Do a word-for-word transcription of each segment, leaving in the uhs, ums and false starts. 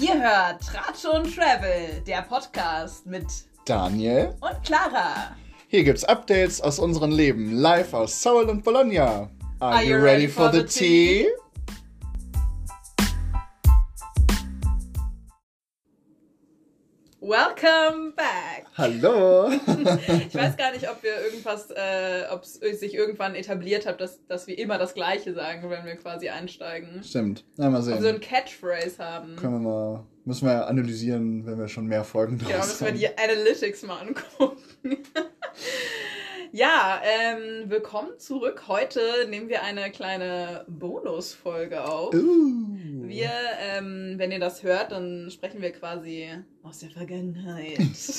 Ihr hört Tratsch und Travel, der Podcast mit Daniel und Clara. Hier gibt's Updates aus unserem Leben, live aus Seoul und Bologna. Are, Are you ready for the tea? Welcome back! Hallo! Ich weiß gar nicht, ob wir irgendwas, äh, ob es sich irgendwann etabliert hat, dass, dass wir immer das Gleiche sagen, wenn wir quasi einsteigen. Stimmt. Na, mal sehen. Ob wir so ein Catchphrase haben. Können wir mal, müssen wir analysieren, wenn wir schon mehr Folgen draus haben. Genau, müssen wir die Analytics mal angucken. Ja, ähm, willkommen zurück. Heute nehmen wir eine kleine Bonusfolge auf. Uh. Wir, ähm, wenn ihr das hört, dann sprechen wir quasi aus der Vergangenheit.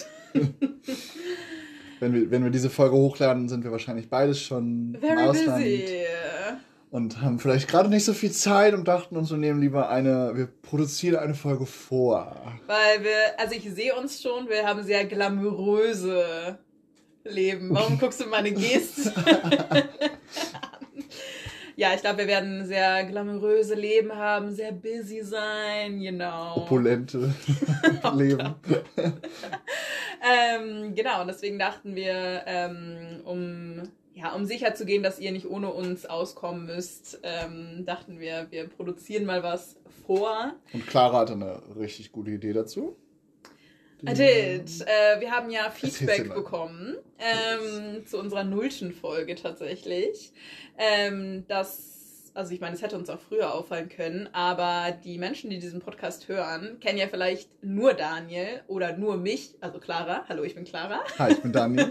wenn, wir, wenn wir diese Folge hochladen, sind wir wahrscheinlich beides schon Very im Ausland. busy. Und haben vielleicht gerade nicht so viel Zeit und dachten uns, wir nehmen lieber eine, wir produzieren eine Folge vor. Weil wir, also ich sehe uns schon, wir haben sehr glamouröse Leben. Warum guckst du meine Geste an? Ja, ich glaube, wir werden sehr glamouröse Leben haben, sehr busy sein, you know. Opulente Leben. ähm, genau, und deswegen dachten wir, ähm, um, ja, um sicher zu gehen, dass ihr nicht ohne uns auskommen müsst, ähm, dachten wir, wir produzieren mal was vor. Und Clara hatte eine richtig gute Idee dazu. I did. Äh, wir haben ja Erzähl's Feedback dir mal. bekommen ähm, zu unserer nullten Folge tatsächlich. Ähm, das, also ich meine, es hätte uns auch früher auffallen können, aber die Menschen, die diesen Podcast hören, kennen ja vielleicht nur Daniel oder nur mich, also Clara. Hallo, ich bin Clara. Hi, ich bin Daniel.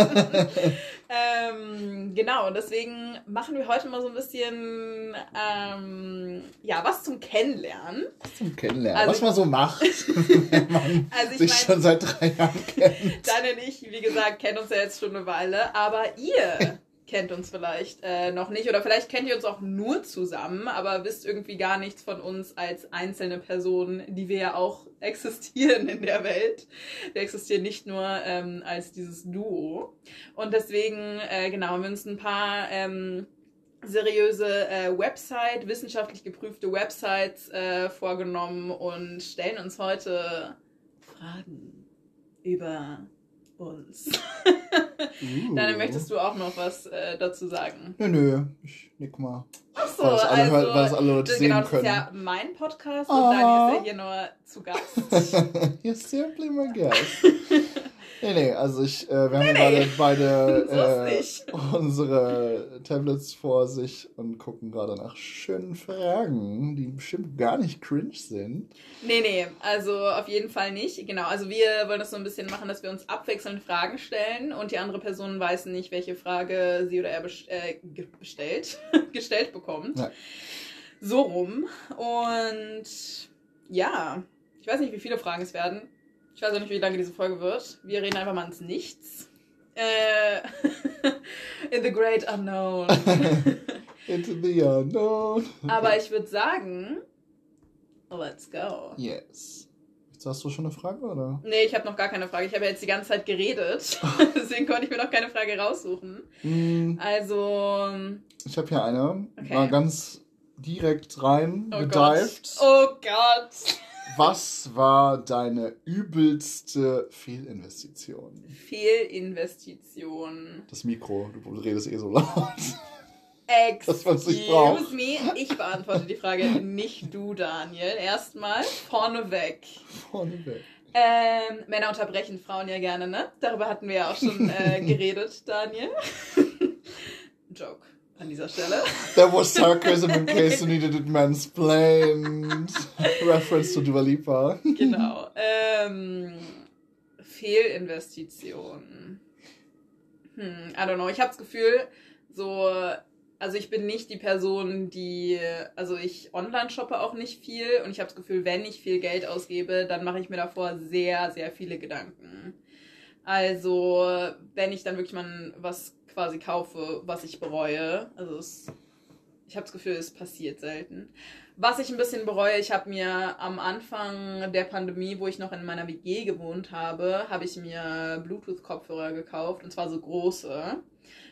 ähm, genau, und deswegen machen wir heute mal so ein bisschen, ähm, ja, was zum Kennenlernen. Zum Kennenlernen. Also Was man so macht, wenn man Also ich sich mein- schon seit drei Jahren kennt. Daniel und ich, wie gesagt, kennen uns ja jetzt schon eine Weile, aber ihr kennt uns vielleicht äh, noch nicht oder vielleicht kennt ihr uns auch nur zusammen, aber wisst irgendwie gar nichts von uns als einzelne Personen, die wir ja auch existieren in der Welt. Wir existieren nicht nur ähm, als dieses Duo. Und deswegen, äh, genau, haben wir uns ein paar ähm, seriöse äh, Website, wissenschaftlich geprüfte Websites äh, vorgenommen und stellen uns heute Fragen über uns. Uh. Dann möchtest du auch noch was äh, dazu sagen. Nö, nö. Ich nick mal. Achso, Weil das alle, also, weil das alle Leute das, sehen genau, das können. ist ja mein Podcast Ah. und Daniel ist ja hier nur zu Gast. You're simply my guest. Nee, nee, also ich, äh, wir haben Nee, gerade nee. beide So äh, ist nicht. unsere Tablets vor sich und gucken gerade nach schönen Fragen, die bestimmt gar nicht cringe sind. Nee, nee, also auf jeden Fall nicht. Genau, also wir wollen das so ein bisschen machen, dass wir uns abwechselnd Fragen stellen und die andere Person weiß nicht, welche Frage sie oder er best äh, ge- bestellt, gestellt bekommt. Ja. So rum. Und ja, ich weiß nicht, wie viele Fragen es werden. Ich weiß auch nicht, wie lange diese Folge wird. Wir reden einfach mal ins Nichts. Äh, in the great unknown. Into the unknown. Aber ich würde sagen, let's go. Yes. Jetzt hast du schon eine Frage, oder? Nee, ich habe noch gar keine Frage. Ich habe ja jetzt die ganze Zeit geredet. Deswegen konnte ich mir noch keine Frage raussuchen. Hm, Also, ich habe hier eine. Okay. Mal ganz direkt rein oh gedived. Gott. Oh Gott. Was war deine übelste Fehlinvestition? Fehlinvestition. Das Mikro, du redest eh so laut. Excuse Das, was ich brauch. me. Ich beantworte die Frage, nicht du, Daniel. Erstmal vorneweg. Vorneweg. Ähm, Männer unterbrechen Frauen ja gerne, ne? Darüber hatten wir ja auch schon äh, geredet, Daniel. Joke an dieser Stelle. That was sarcasm in case you needed it mansplained. Reference to Dua Lipa. Genau. Ähm, Fehlinvestition. Hm, I don't know. Ich habe das Gefühl, so, also ich bin nicht die Person, die, also ich online shoppe auch nicht viel und ich habe das Gefühl, wenn ich viel Geld ausgebe, dann mache ich mir davor sehr, sehr viele Gedanken. Also, wenn ich dann wirklich mal was quasi kaufe, was ich bereue, also es, ich habe das Gefühl, es passiert selten. Was ich ein bisschen bereue, ich habe mir am Anfang der Pandemie, wo ich noch in meiner W G gewohnt habe, habe ich mir Bluetooth-Kopfhörer gekauft, und zwar so große.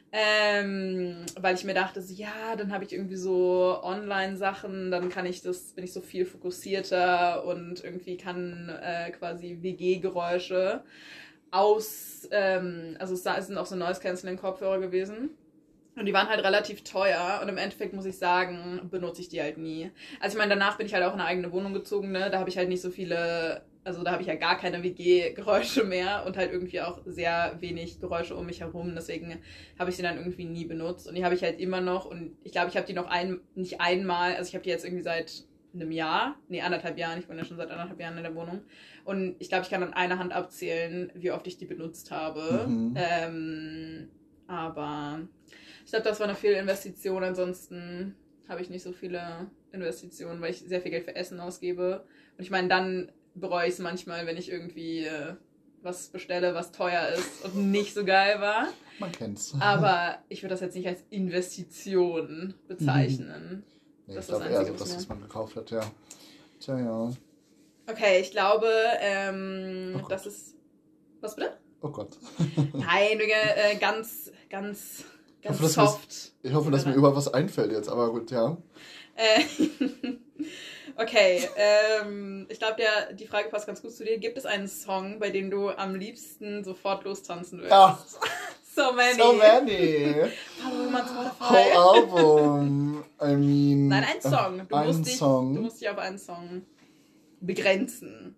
Ähm, weil ich mir dachte, so, ja, dann habe ich irgendwie so Online-Sachen, dann kann ich das, bin ich so viel fokussierter und irgendwie kann äh, quasi W G-Geräusche aus, ähm, also es sind auch so Noise-Canceling-Kopfhörer gewesen. Und die waren halt relativ teuer und im Endeffekt muss ich sagen, benutze ich die halt nie. Also ich meine, danach bin ich halt auch in eine eigene Wohnung gezogen, ne? Da habe ich halt nicht so viele, also da habe ich ja gar keine W G-Geräusche mehr und halt irgendwie auch sehr wenig Geräusche um mich herum. Deswegen habe ich sie dann irgendwie nie benutzt. Und die habe ich halt immer noch und ich glaube, ich habe die noch ein, nicht einmal, also ich habe die jetzt irgendwie seit einem Jahr, nee, anderthalb Jahren, ich wohne ja schon seit anderthalb Jahren in der Wohnung. Und ich glaube, ich kann an einer Hand abzählen, wie oft ich die benutzt habe. Mhm. Ähm, aber ich glaube, das war eine Fehlinvestition. Ansonsten habe ich nicht so viele Investitionen, weil ich sehr viel Geld für Essen ausgebe. Und ich meine, dann bereue ich es manchmal, wenn ich irgendwie äh, was bestelle, was teuer ist und nicht so geil war. Man kennt's. Aber ich würde das jetzt nicht als Investition bezeichnen. Nee, das ich ist das glaube eher Einzige, so, was das, mir... was man gekauft hat, ja. Tja, ja. Okay, ich glaube, ähm, Oh das ist... Was bitte? Oh Gott. Nein, äh, ganz, ganz, Ich hoffe, ganz dass, mir, soft. ich hoffe, dass mir überhaupt was einfällt jetzt, aber gut, ja. Äh, okay, ähm, ich glaube, die Frage passt ganz gut zu dir. Gibt es einen Song, bei dem du am liebsten sofort lostanzen würdest? Ja. So many. So many. Hallo, jemand Spotify. Whole album. I mean. Nein, ein Song. Du, ein musst dich, Song. du musst dich auf einen Song begrenzen.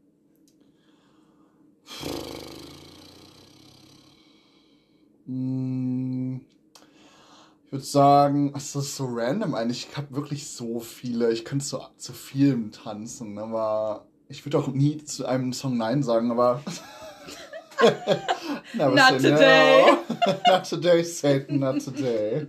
Ich würde sagen, es ist so random eigentlich. Ich habe wirklich so viele. Ich könnte zu, zu vielen tanzen, aber ich würde auch nie zu einem Song Nein sagen, aber. Not today. No. Not today, Satan, not today.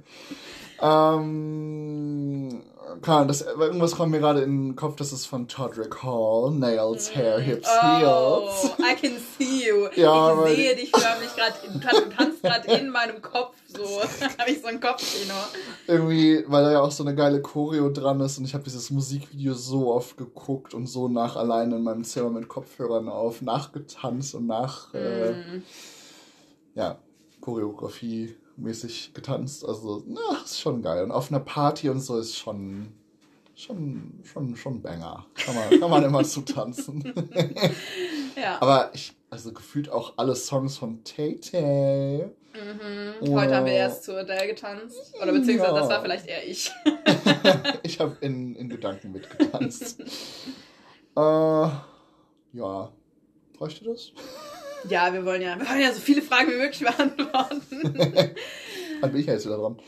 Ähm. Kann, das, irgendwas kommt mir gerade in den Kopf, das ist von Todrick Hall. Nails, Hair, Hips, oh, Heels. I can see you. Ja, ich sehe dich förmlich gerade, du tanzt, tanzt gerade in meinem Kopf so. Habe ich so ein Kopfkino. Irgendwie, weil da ja auch so eine geile Choreo dran ist und ich habe dieses Musikvideo so oft geguckt und so nach alleine in meinem Zimmer mit Kopfhörern auf, nachgetanzt und nach, mm. äh, ja, Choreografie mäßig getanzt. Also, na, ist schon geil. Und auf einer Party und so ist schon, schon, schon, schon Banger. Kann man, kann man immer zutanzen. Ja. Aber ich, also gefühlt auch alle Songs von Tay-Tay. Mhm. Heute oh. haben wir erst zu Adele getanzt. Oder beziehungsweise, ja. Das war vielleicht eher ich. Ich habe in, in Gedanken mitgetanzt. äh, ja. Bräuchte das? Ja, wir wollen ja, wir wollen ja so viele Fragen wie möglich beantworten. Dann bin ich ja jetzt wieder dran.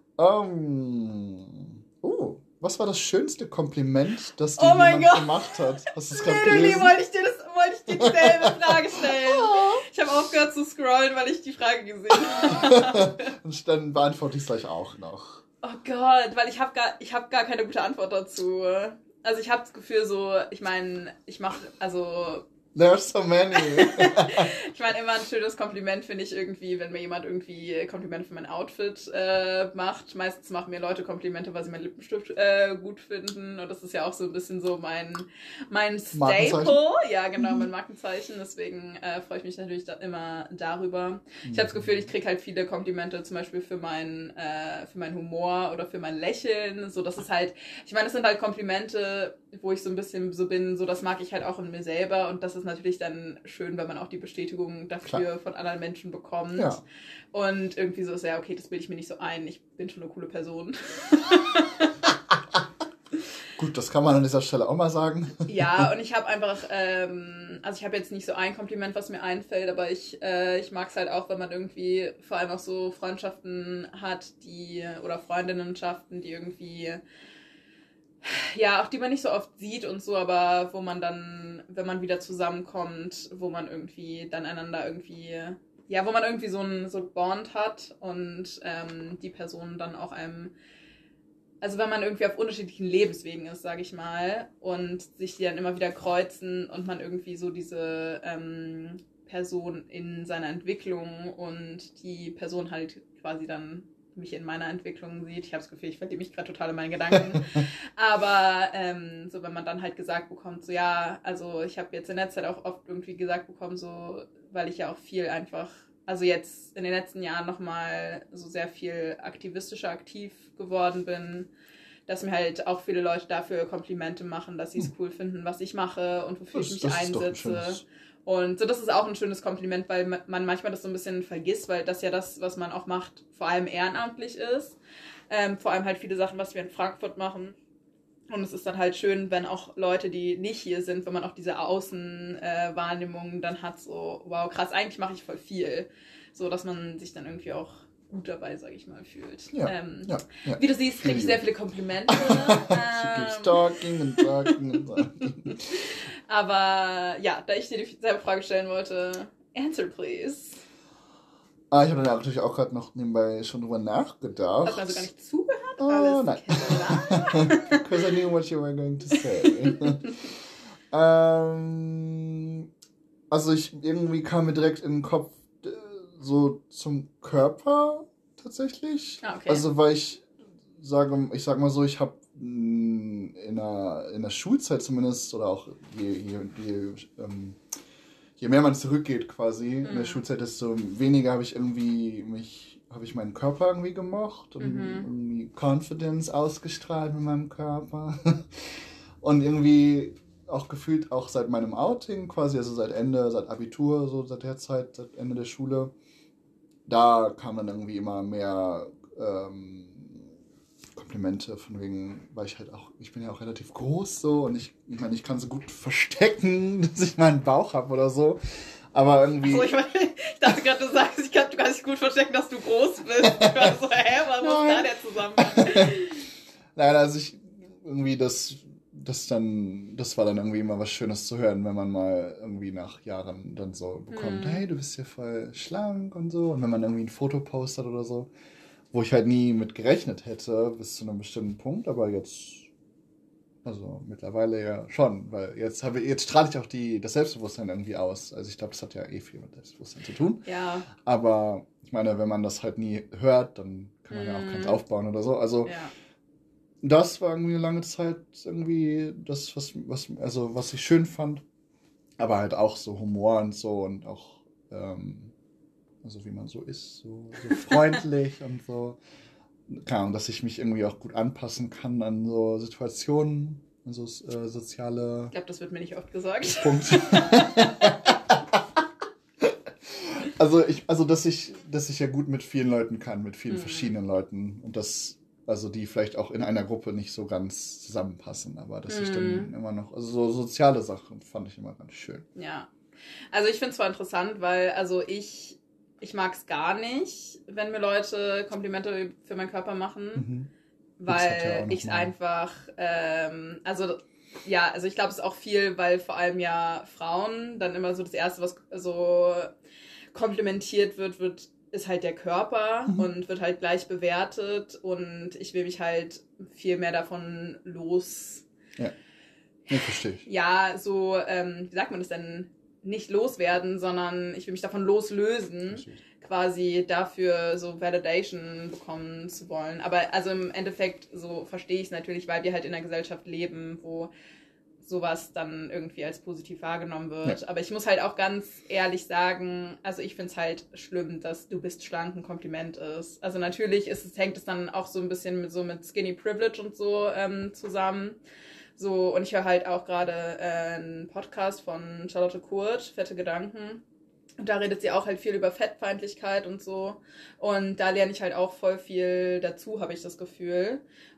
Um, oh, was war das schönste Kompliment, das dir oh jemand Gott. gemacht hat? Hast du es gerade gelesen? Literally wollte ich dir das, wollte ich dir dieselbe Frage stellen. Oh. Ich habe aufgehört zu scrollen, weil ich die Frage gesehen habe. Und dann beantworte ich es gleich auch noch. Oh Gott, weil ich habe gar, ich habe gar keine gute Antwort dazu. Also ich habe das Gefühl so, ich meine, ich mache, also... There's so many. Ich meine, immer ein schönes Kompliment finde ich irgendwie, wenn mir jemand irgendwie Kompliment für mein Outfit äh, macht. Meistens machen mir Leute Komplimente, weil sie meinen Lippenstift äh, gut finden. Und das ist ja auch so ein bisschen so mein, mein Staple. Ja, genau, mein Markenzeichen. Deswegen äh, freue ich mich natürlich da immer darüber. Ich habe das Gefühl, ich kriege halt viele Komplimente, zum Beispiel für meinen äh, für meinen Humor oder für mein Lächeln. So, das ist halt, ich meine, das sind halt Komplimente, wo ich so ein bisschen so bin, so das mag ich halt auch in mir selber. Und das ist natürlich dann schön, wenn man auch die Bestätigung dafür Klar. von anderen Menschen bekommt. Ja. Und irgendwie so ist ja, okay, das bilde ich mir nicht so ein. Ich bin schon eine coole Person. Gut, das kann man an dieser Stelle auch mal sagen. Ja, und ich habe einfach, ähm, also ich habe jetzt nicht so ein Kompliment, was mir einfällt, aber ich, äh, ich mag es halt auch, wenn man irgendwie vor allem auch so Freundschaften hat, die, oder Freundinnenschaften, die irgendwie... Ja, auch die man nicht so oft sieht und so, aber wo man dann, wenn man wieder zusammenkommt, wo man irgendwie dann einander irgendwie, ja, wo man irgendwie so ein so Bond hat und ähm, die Person dann auch einem, also wenn man irgendwie auf unterschiedlichen Lebenswegen ist, sage ich mal, und sich die dann immer wieder kreuzen und man irgendwie so diese ähm, Person in seiner Entwicklung und die Person halt quasi dann mich in meiner Entwicklung sieht. Ich habe das Gefühl, ich verliere mich gerade total in meinen Gedanken. Aber ähm, so, wenn man dann halt gesagt bekommt, so ja, also ich habe jetzt in der Zeit auch oft irgendwie gesagt bekommen, so, weil ich ja auch viel einfach also jetzt in den letzten Jahren nochmal so sehr viel aktivistischer aktiv geworden bin, dass mir halt auch viele Leute dafür Komplimente machen, dass sie es cool finden, was ich mache und wofür Das- ich mich das ist doch ein einsetze. schönes- Und so, das ist auch ein schönes Kompliment, weil ma- man manchmal das so ein bisschen vergisst, weil das ja das, was man auch macht, vor allem ehrenamtlich ist. Ähm, vor allem halt viele Sachen, was wir in Frankfurt machen. Und es ist dann halt schön, wenn auch Leute, die nicht hier sind, wenn man auch diese Außenwahrnehmung äh, dann hat, so, wow, krass, eigentlich mache ich voll viel. So, dass man sich dann irgendwie auch gut dabei, sage ich mal, fühlt. Ja, ähm, ja, ja. Wie du siehst, kriege ich Fühl sehr ich. viele Komplimente. She keeps ähm, talking and talking and talking. aber ja, da ich dir dieselbe Frage stellen wollte, answer please. Ah, ich habe dann natürlich auch gerade noch nebenbei schon drüber nachgedacht. Hast du also gar nicht zugehört? Oh, Alles nein. klar. Because I knew what you were going to say. ähm, also ich irgendwie kam mir direkt in den Kopf äh, so zum Körper tatsächlich. Ah, okay. Also weil ich sage, ich sag mal so, ich habe in der, in der Schulzeit zumindest oder auch je, je, je, ähm, je mehr man zurückgeht quasi in der Mhm. Schulzeit, desto weniger habe ich irgendwie mich, habe ich meinen Körper irgendwie gemocht und Mhm. irgendwie Confidence ausgestrahlt mit meinem Körper. Und irgendwie auch gefühlt auch seit meinem Outing quasi, also seit Ende, seit Abitur, so seit der Zeit, seit Ende der Schule, da kam dann irgendwie immer mehr ähm, Komplimente von wegen, weil ich halt auch, ich bin ja auch relativ groß so und ich, ich meine, ich kann so gut verstecken, dass ich meinen Bauch habe oder so, aber irgendwie... Achso, ich, mein, ich dachte gerade, du sagst, ich kann, du kannst nicht gut verstecken, dass du groß bist. Ich war so, hä, was ist da Nein. der Zusammenhang? Nein, also ich irgendwie das, das dann, das war dann irgendwie immer was Schönes zu hören, wenn man mal irgendwie nach Jahren dann so bekommt, Mhm. hey, du bist ja voll schlank und so. Und wenn man irgendwie ein Foto postet oder so, wo ich halt nie mit gerechnet hätte, bis zu einem bestimmten Punkt, aber jetzt, also mittlerweile ja schon, weil jetzt habe ich, jetzt strahle ich auch die, das Selbstbewusstsein irgendwie aus. Also ich glaube, das hat ja eh viel mit Selbstbewusstsein zu tun. Ja, Aber ich meine, wenn man das halt nie hört, dann kann man ja auch keins Mhm. aufbauen oder so. Also ja. das war irgendwie eine lange Zeit irgendwie das, was, was, also was ich schön fand. Aber halt auch so Humor und so und auch, ähm, also wie man so ist, so, so freundlich und so. Keine Ahnung, dass ich mich irgendwie auch gut anpassen kann an so Situationen, an so äh, soziale Ich glaube, das wird mir nicht oft gesagt. Punkte. also ich, also dass ich, dass ich ja gut mit vielen Leuten kann, mit vielen Mhm. verschiedenen Leuten und das, also die vielleicht auch in einer Gruppe nicht so ganz zusammenpassen, aber dass ich dann Mhm. immer noch, also so soziale Sachen fand ich immer ganz schön. Ja. Also ich finde es zwar interessant, weil, also ich, ich mag es gar nicht, wenn mir Leute Komplimente für meinen Körper machen, Mhm. Das hat ja weil auch noch ich es mal- einfach, ähm, also ja, also ich glaube, es ist auch viel, weil vor allem ja Frauen dann immer so das Erste, was so komplimentiert wird, wird ist halt der Körper Mhm. und wird halt gleich bewertet und ich will mich halt viel mehr davon los, Nee, verstehe ich. ja, so, ähm, wie sagt man das denn, nicht loswerden, sondern ich will mich davon loslösen, Verstehe ich. quasi dafür so Validation bekommen zu wollen. Aber also im Endeffekt so verstehe ich es natürlich, weil wir halt in einer Gesellschaft leben, wo sowas dann irgendwie als positiv wahrgenommen wird. Ja. Aber ich muss halt auch ganz ehrlich sagen, also ich finde es halt schlimm, dass du bist schlank ein Kompliment ist. Also natürlich ist es, hängt es dann auch so ein bisschen mit so mit Skinny Privilege und so ähm, zusammen. So, und ich höre halt auch gerade äh, einen Podcast von Charlotte Kurt, Fette Gedanken. Und da redet sie auch halt viel über Fettfeindlichkeit und so. Und da lerne ich halt auch voll viel dazu, habe ich das Gefühl.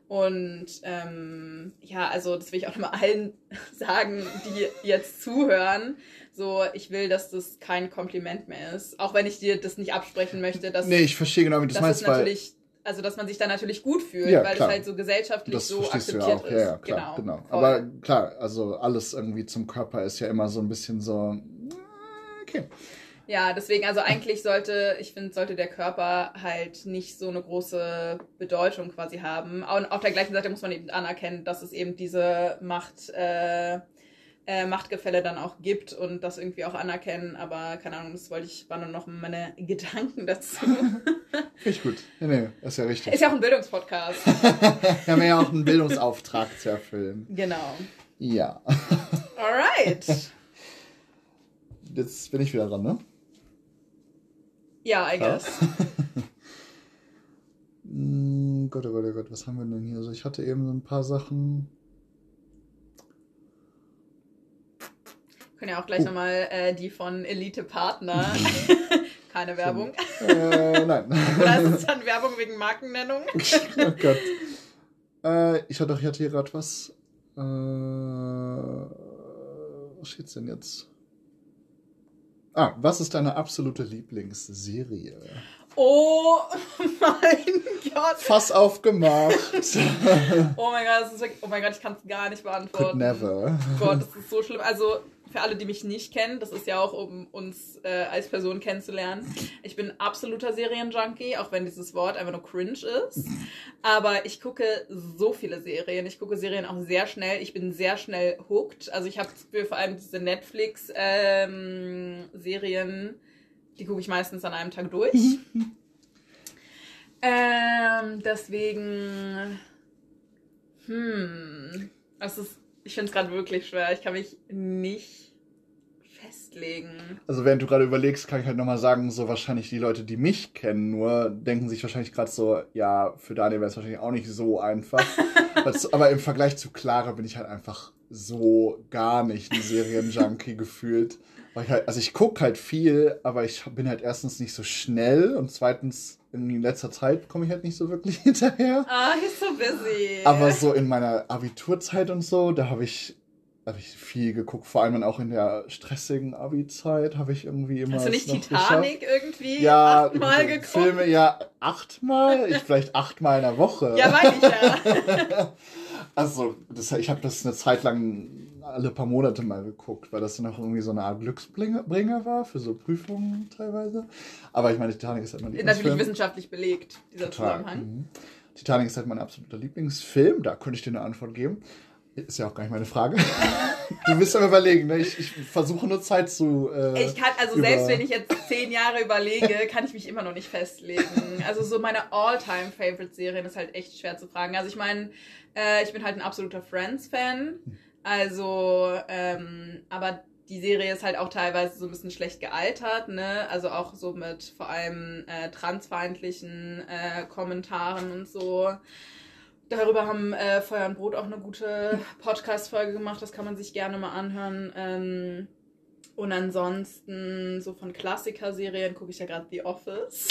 Und ähm, ja, also das will ich auch nochmal allen sagen, die jetzt zuhören. So, ich will, dass das kein Kompliment mehr ist. Auch wenn ich dir das nicht absprechen möchte, dass, Nee, ich verstehe genau, wie du das dass meinst, es weil natürlich, also dass man sich da natürlich gut fühlt, Ja, weil klar. es halt so gesellschaftlich das so verstehst du ja akzeptiert auch. ist. Ja, ja, klar, genau. voll. Aber klar, also alles irgendwie zum Körper ist ja immer so ein bisschen so, äh, okay. Ja, deswegen, also eigentlich sollte, ich finde, sollte der Körper halt nicht so eine große Bedeutung quasi haben. Und auf der gleichen Seite muss man eben anerkennen, dass es eben diese Macht, äh, äh, Machtgefälle dann auch gibt und das irgendwie auch anerkennen. Aber keine Ahnung, das wollte ich, waren nur noch meine Gedanken dazu. Finde ich gut. Nee, nee, ist ja richtig. Ist ja auch ein Bildungspodcast. Wir haben ja auch einen Bildungsauftrag zu erfüllen. Genau. Ja. Alright. Jetzt bin ich wieder dran, ne? Ja, I guess. mm, Gott, oh Gott, oh Gott, was haben wir denn hier? Also ich hatte eben so ein paar Sachen. Wir können ja auch gleich oh. nochmal äh, die von Elite Partner. Keine Werbung. Äh, nein. Oder ist es dann Werbung wegen Markennennung? Oh Gott. Äh, ich hatte, ich hatte hier gerade was. Äh, was steht's denn jetzt? Ah, was ist deine absolute Lieblingsserie? Oh mein Gott. Fass aufgemacht. Oh mein Gott, das ist wirklich, oh mein Gott, ich kann es gar nicht beantworten. Could never. Oh Gott, das ist so schlimm. Also für alle, die mich nicht kennen, das ist ja auch, um uns äh, als Person kennenzulernen. Ich bin absoluter Serienjunkie, auch wenn dieses Wort einfach nur cringe ist. Aber ich gucke so viele Serien. Ich gucke Serien auch sehr schnell. Ich bin sehr schnell hooked. Also ich habe vor allem diese Netflix-Serien, ähm, die gucke ich meistens an einem Tag durch. ähm, deswegen, hm, es ist, ich finde es gerade wirklich schwer. Ich kann mich nicht festlegen. Also während du gerade überlegst, kann ich halt nochmal sagen, so wahrscheinlich die Leute, die mich kennen, nur denken sich wahrscheinlich gerade so, ja, für Daniel wäre es wahrscheinlich auch nicht so einfach. Aber im Vergleich zu Clara bin ich halt einfach so gar nicht ein Serienjunkie gefühlt. Weil ich halt, also ich gucke halt viel, aber ich bin halt erstens nicht so schnell und zweitens in letzter Zeit komme ich halt nicht so wirklich hinterher. Ah, he's so busy. Aber so in meiner Abiturzeit und so, da habe ich habe ich viel geguckt, vor allem auch in der stressigen Abi-Zeit habe ich irgendwie immer. Hast du nicht Titanic geschafft. irgendwie ja, achtmal geguckt? Filme, ja, achtmal? Ich vielleicht achtmal in der Woche. Ja, meine ich ja. Also, das, ich habe das eine Zeit lang alle paar Monate mal geguckt, weil das dann auch irgendwie so eine Art Glücksbringer war für so Prüfungen teilweise. Aber ich meine, Titanic ist halt mein Lieblingsfilm. Natürlich wissenschaftlich belegt, dieser Total. Zusammenhang. Mhm. Titanic ist halt mein absoluter Lieblingsfilm, da könnte ich dir eine Antwort geben. Ist ja auch gar nicht meine Frage. Du bist am Überlegen, ne? Ich, ich versuche nur Zeit zu. Äh, ich kann, also über... selbst wenn ich jetzt zehn Jahre überlege, kann ich mich immer noch nicht festlegen. Also so meine All-Time-Favorite-Serien ist halt echt schwer zu fragen. Also ich meine, äh, ich bin halt ein absoluter Friends-Fan. Also, ähm, aber die Serie ist halt auch teilweise so ein bisschen schlecht gealtert, ne? Also auch so mit vor allem äh, transfeindlichen äh, Kommentaren und so. Darüber haben äh, Feuer und Brot auch eine gute Podcast-Folge gemacht, das kann man sich gerne mal anhören. Ähm, und ansonsten, so von Klassiker-Serien gucke ich ja gerade The Office.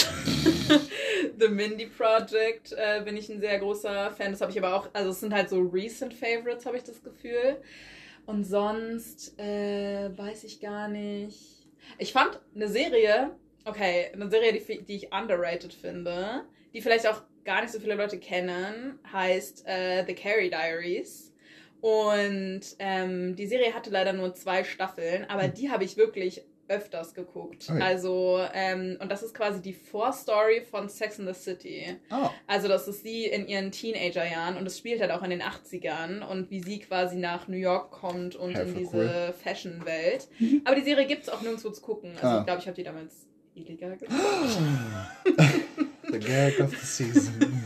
The Mindy Project äh, bin ich ein sehr großer Fan. Das habe ich aber auch, also es sind halt so Recent Favorites, habe ich das Gefühl. Und sonst äh, weiß ich gar nicht. Ich fand eine Serie, okay, eine Serie, die, die ich underrated finde, die vielleicht auch gar nicht so viele Leute kennen, heißt äh, The Carrie Diaries. Und ähm, die Serie hatte leider nur zwei Staffeln, aber die habe ich wirklich öfters geguckt. Okay. Also, ähm, und das ist quasi die Vorstory von Sex and the City. Oh. Also, das ist sie in ihren Teenagerjahren und es spielt halt auch in den achtzigern und wie sie quasi nach New York kommt und okay, in diese cool. Fashion-Welt. Aber die Serie gibt es auch nirgendwo zu gucken. Also, ah. ich glaube, ich habe die damals illegal geguckt. The gag of the season.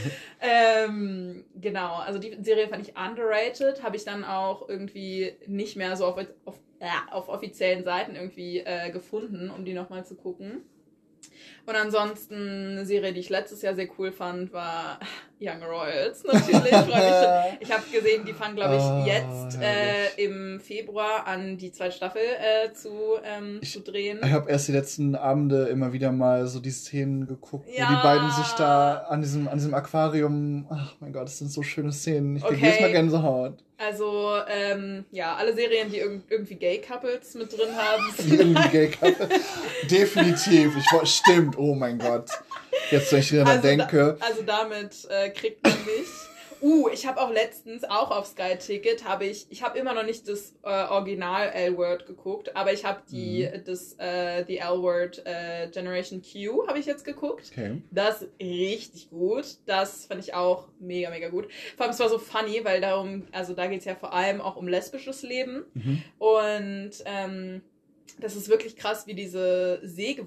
ähm, genau, also die Serie fand ich underrated, habe ich dann auch irgendwie nicht mehr so auf, auf, äh, auf offiziellen Seiten irgendwie äh, gefunden, um die nochmal zu gucken. Und ansonsten eine Serie, die ich letztes Jahr sehr cool fand, war Young Royals. Natürlich, freue mich schon. Ich habe gesehen, die fangen, glaube ich, oh, jetzt äh, im Februar an, die zweite Staffel äh, zu, ähm, ich, zu drehen. Ich habe erst die letzten Abende immer wieder mal so die Szenen geguckt, ja. wo die beiden sich da an diesem, an diesem Aquarium, ach mein Gott, das sind so schöne Szenen. Ich kriege okay. jedes Mal Gänsehaut. Also, ähm, ja, alle Serien, die irg- irgendwie Gay-Couples mit drin haben. irgendwie Gay-Couples. Definitiv. Ich, stimmt, oh mein Gott. Jetzt, wenn ich wieder also denke. Da, also damit äh, kriegt man mich. Uh, ich habe auch letztens, auch auf Sky Ticket, habe ich, ich habe immer noch nicht das äh, Original L-Word geguckt, aber ich habe die, mhm. das, äh, die L-Word äh, Generation Q habe ich jetzt geguckt. Okay. Das ist richtig gut. Das fand ich auch mega, mega gut. Vor allem, es war so funny, weil darum, also da geht es ja vor allem auch um lesbisches Leben. Mhm. Und, ähm, das ist wirklich krass, wie diese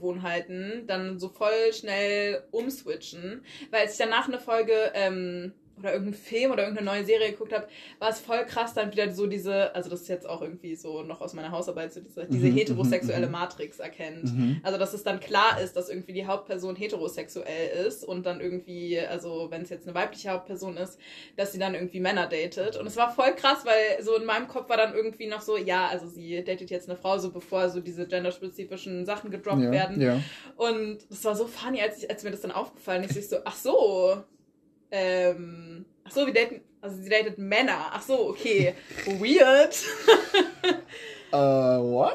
Sehgewohnheiten dann so voll schnell umswitchen, weil als ich danach eine Folge ähm, oder irgendeinen Film oder irgendeine neue Serie geguckt habe, war es voll krass dann wieder so diese, also das ist jetzt auch irgendwie so noch aus meiner Hausarbeit, so diese, diese Mhm, heterosexuelle mhm, Matrix erkennt. Mhm. Also dass es dann klar ist, dass irgendwie die Hauptperson heterosexuell ist und dann irgendwie, also wenn es jetzt eine weibliche Hauptperson ist, dass sie dann irgendwie Männer datet. Und es war voll krass, weil so in meinem Kopf war dann irgendwie noch so, ja, also sie datet jetzt eine Frau, so bevor so diese genderspezifischen Sachen gedroppt Ja, werden. ja. Und das war so funny, als, ich, als mir das dann aufgefallen ist. Ich so, ach so, ähm, ach so, wir daten, also sie datet Männer. Ach so, okay, weird. Äh, what?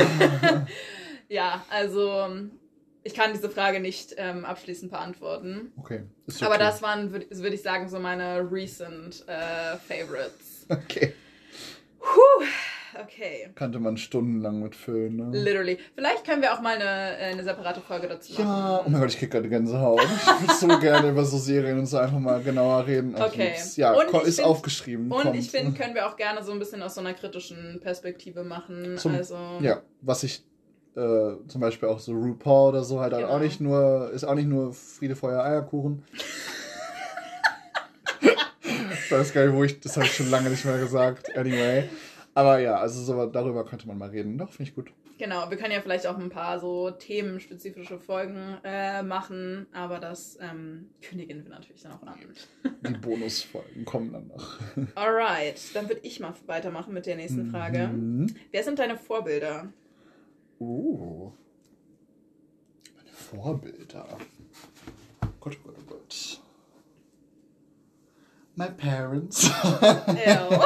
Ja, also ich kann diese Frage nicht ähm, abschließend beantworten. Okay. Ist Aber okay. das waren, würde würd ich sagen, so meine recent äh, Favorites. Okay. Puh, okay. Kannte man stundenlang mitfüllen, ne? Literally. Vielleicht können wir auch mal eine, äh, eine separate Folge dazu machen. Ja, oh mein Gott, ich krieg gerade Gänsehaut. Ich würde so gerne über so Serien und so einfach mal genauer reden. Ich Okay. lieb's. Ja, Und ko- ich ist find- aufgeschrieben. Und kommt. ich finde, können wir auch gerne so ein bisschen aus so einer kritischen Perspektive machen. Zum- also, Ja, was ich äh, zum Beispiel auch so RuPaul oder so halt, halt Genau. auch nicht nur, ist auch nicht nur Friede, Feuer, Eierkuchen. Ich weiß gar nicht, wo ich, das habe ich schon lange nicht mehr gesagt. Anyway. Aber ja, also so, darüber könnte man mal reden. Doch, finde ich gut. Genau, wir können ja vielleicht auch ein paar so themenspezifische Folgen äh, machen, aber das ähm, kündigen wir natürlich dann auch an. Die Bonusfolgen kommen dann noch. Alright, dann würde ich mal weitermachen mit der nächsten Frage. Mhm. Wer sind deine Vorbilder? Oh. Meine Vorbilder. Gott, Gott, oh Gott. My parents. Ew.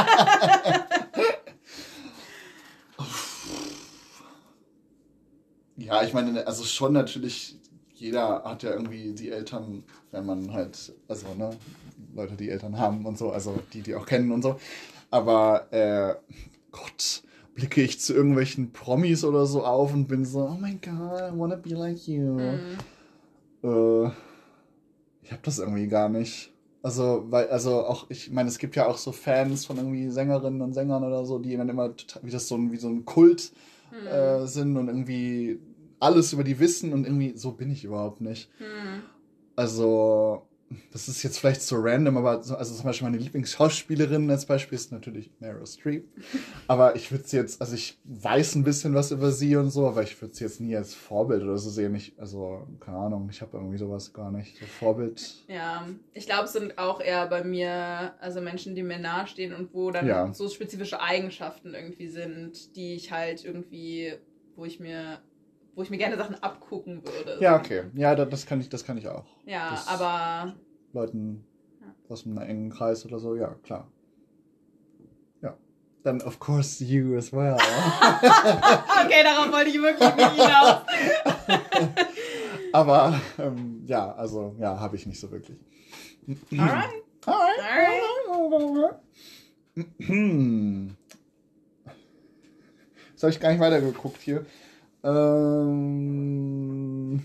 Ja, ich meine, also schon natürlich, jeder hat ja irgendwie die Eltern, wenn man halt, also, ne, Leute, die Eltern haben und so, also die, die auch kennen und so. Aber, äh, Gott, blicke ich zu irgendwelchen Promis oder so auf und bin so, oh my God, I wanna be like you. Mhm. Äh, ich hab das irgendwie gar nicht. Also, weil, also auch, ich meine, es gibt ja auch so Fans von irgendwie Sängerinnen und Sängern oder so, die dann immer total, wie das so ein, wie so ein Kult Hm. äh, sind und irgendwie alles über die wissen und irgendwie so bin ich überhaupt nicht. Hm. Also, das ist jetzt vielleicht so random, aber so, also zum Beispiel meine Lieblingsschauspielerin als Beispiel ist natürlich Meryl Streep. Aber ich würde sie jetzt, also ich weiß ein bisschen was über sie und so, aber ich würde sie jetzt nie als Vorbild oder so sehen. Ich, also, keine Ahnung, ich habe irgendwie sowas gar nicht. So Vorbild. Ja, ich glaube, es sind auch eher bei mir, also Menschen, die mir nahestehen und wo dann Ja. so spezifische Eigenschaften irgendwie sind, die ich halt irgendwie, wo ich mir, wo ich mir gerne Sachen abgucken würde. Ja, okay. Ja, da- das kann ich, das kann ich auch. Ja, Das- aber Leuten Ja. aus einem engen Kreis oder so, ja, klar. Ja. Dann, of course, you as well. okay, darauf wollte ich wirklich nicht hinaus. Aber, ähm, ja, also, ja, habe ich nicht so wirklich. Alright. Alright. Alright. Hm. Jetzt habe ich gar nicht weitergeguckt hier. Ähm.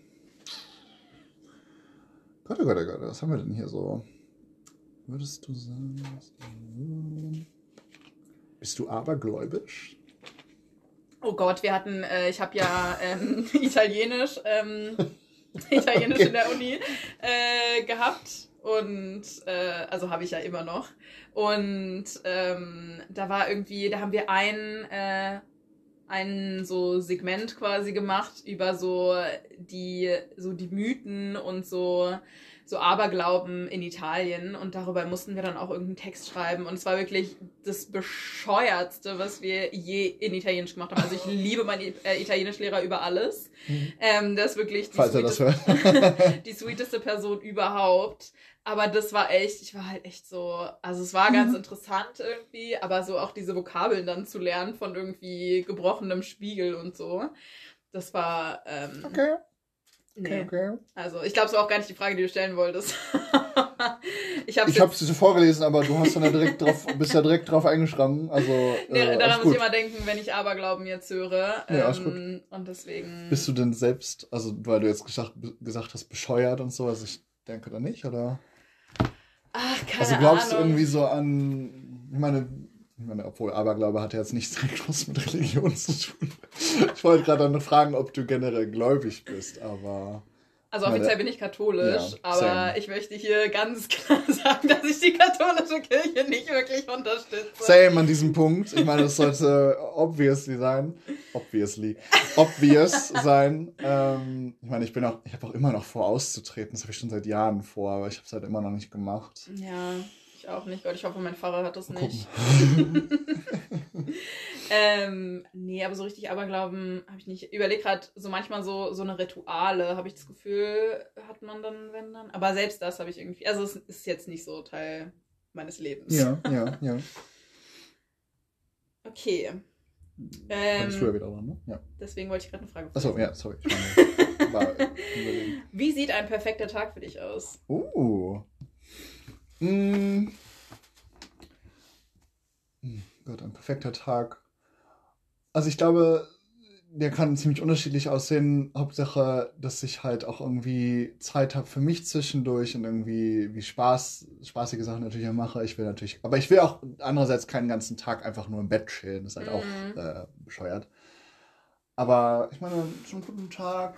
Gott, oh Gott, oh Gott, was haben wir denn hier so? Würdest du sagen, dass du- bist du abergläubisch? Oh Gott, wir hatten, äh, ich habe ja ähm, Italienisch, ähm, Italienisch Okay. in der Uni äh, gehabt und äh, also habe ich ja immer noch. Und ähm, da war irgendwie, da haben wir ein äh, ein so Segment quasi gemacht über so die so die Mythen und so so Aberglauben in Italien und darüber mussten wir dann auch irgendeinen Text schreiben und es war wirklich das bescheuertste, was wir je in Italienisch gemacht haben. Also ich liebe meinen äh, Italienischlehrer über alles. Mhm. Ähm, der ist wirklich die, Falls er das sweeteste, hört. die sweeteste Person überhaupt. Aber das war echt, ich war halt echt so, also es war ganz Mhm. interessant irgendwie, aber so auch diese Vokabeln dann zu lernen von irgendwie gebrochenem Spiegel und so. Das war, ähm, Okay, nee. okay, okay. Also ich glaube, es war auch gar nicht die Frage, die du stellen wolltest. ich habe Ich habe sie so vorgelesen, aber du hast dann ja direkt drauf, bist ja direkt drauf eingeschränkt. Also, Nee, äh, daran alles muss ich gut. immer denken, wenn ich Aberglauben jetzt höre. Ja, alles ähm, und deswegen. Bist du denn selbst, also weil du jetzt gesagt, gesagt hast, bescheuert und so, also ich denke da nicht, oder? Ach, keine Also glaubst du Ahnung. irgendwie so an, ich meine, ich meine, obwohl Aberglaube hat ja jetzt nichts direkt was mit Religion zu tun. Ich wollte gerade dann fragen, ob du generell gläubig bist, aber Also offiziell bin ich katholisch, ja, aber same. ich möchte hier ganz klar sagen, dass ich die katholische Kirche nicht wirklich unterstütze. Same an diesem Punkt. Ich meine, das sollte obviously sein. Obviously. Obvious sein. Ähm, ich meine, ich bin auch, ich habe auch immer noch vor, auszutreten. Das habe ich schon seit Jahren vor, aber ich habe es halt immer noch nicht gemacht. Ja, ich auch nicht. Gott, ich hoffe, mein Pfarrer hat das Mal nicht. ähm, nee, aber so richtig Aberglauben habe ich nicht. Ich überlege gerade so manchmal so, so eine Rituale, habe ich das Gefühl, hat man dann, wenn dann. Aber selbst das habe ich irgendwie. Also es ist jetzt nicht so Teil meines Lebens. Ja, ja, ja. Okay. Ähm, Ähm, früher wieder dran, ne? Ja. Deswegen wollte ich gerade eine Frage Achso, vorlesen. ja, sorry. Ich war, war überlegen. Wie sieht ein perfekter Tag für dich aus? Oh. Mm. Gott, ein perfekter Tag. Also ich glaube, der kann ziemlich unterschiedlich aussehen. Hauptsache, dass ich halt auch irgendwie Zeit habe für mich zwischendurch und irgendwie wie Spaß, spaßige Sachen natürlich auch mache. Ich will natürlich, aber ich will auch andererseits keinen ganzen Tag einfach nur im Bett chillen. Das ist halt Mhm. auch äh, bescheuert. Aber ich meine, so einen guten Tag.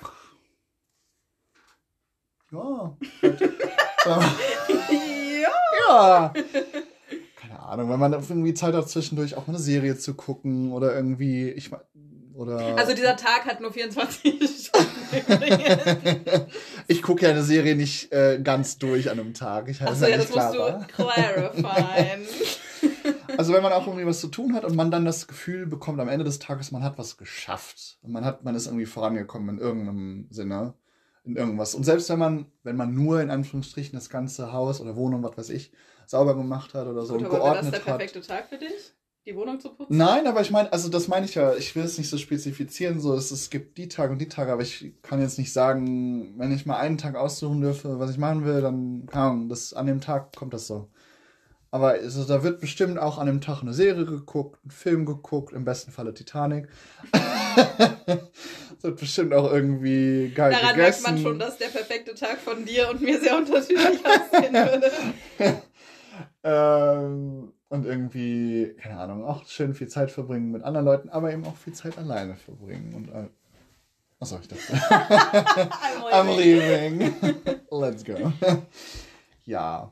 Ja. Halt, äh, Ja. ja. Keine Ahnung, wenn man irgendwie Zeit hat, zwischendurch auch mal eine Serie zu gucken oder irgendwie, ich mein, oder... Also dieser Tag hat nur vierundzwanzig Stunden. Ich gucke ja eine Serie nicht äh, ganz durch an einem Tag. Ich Achso, ja, das musst du clarifieren. Also wenn man auch irgendwie was zu tun hat und man dann das Gefühl bekommt, am Ende des Tages, man hat was geschafft. Und man hat, man ist irgendwie vorangekommen in irgendeinem Sinne. In irgendwas. Und selbst wenn man, wenn man nur in Anführungsstrichen das ganze Haus oder Wohnung, was weiß ich, sauber gemacht hat oder so Gut, und aber geordnet wäre das der hat. perfekte Tag für dich? Die Wohnung zu putzen? Nein, aber ich meine, also das meine ich ja, ich will es nicht so spezifizieren, so es, es gibt die Tage und die Tage, aber ich kann jetzt nicht sagen, wenn ich mal einen Tag aussuchen dürfe, was ich machen will, dann, keine Ahnung, das, an dem Tag kommt das so. Aber also, da wird bestimmt auch an dem Tag eine Serie geguckt, einen Film geguckt, im besten Falle Titanic. Das wird bestimmt auch irgendwie geil Daran gegessen. merkt man schon, dass der perfekte Tag von dir und mir sehr unterschiedlich aussehen würde. ähm, und irgendwie, keine Ahnung, auch schön viel Zeit verbringen mit anderen Leuten, aber eben auch viel Zeit alleine verbringen. Und, äh, achso, ich dachte. I'm leaving. Let's go. Ja.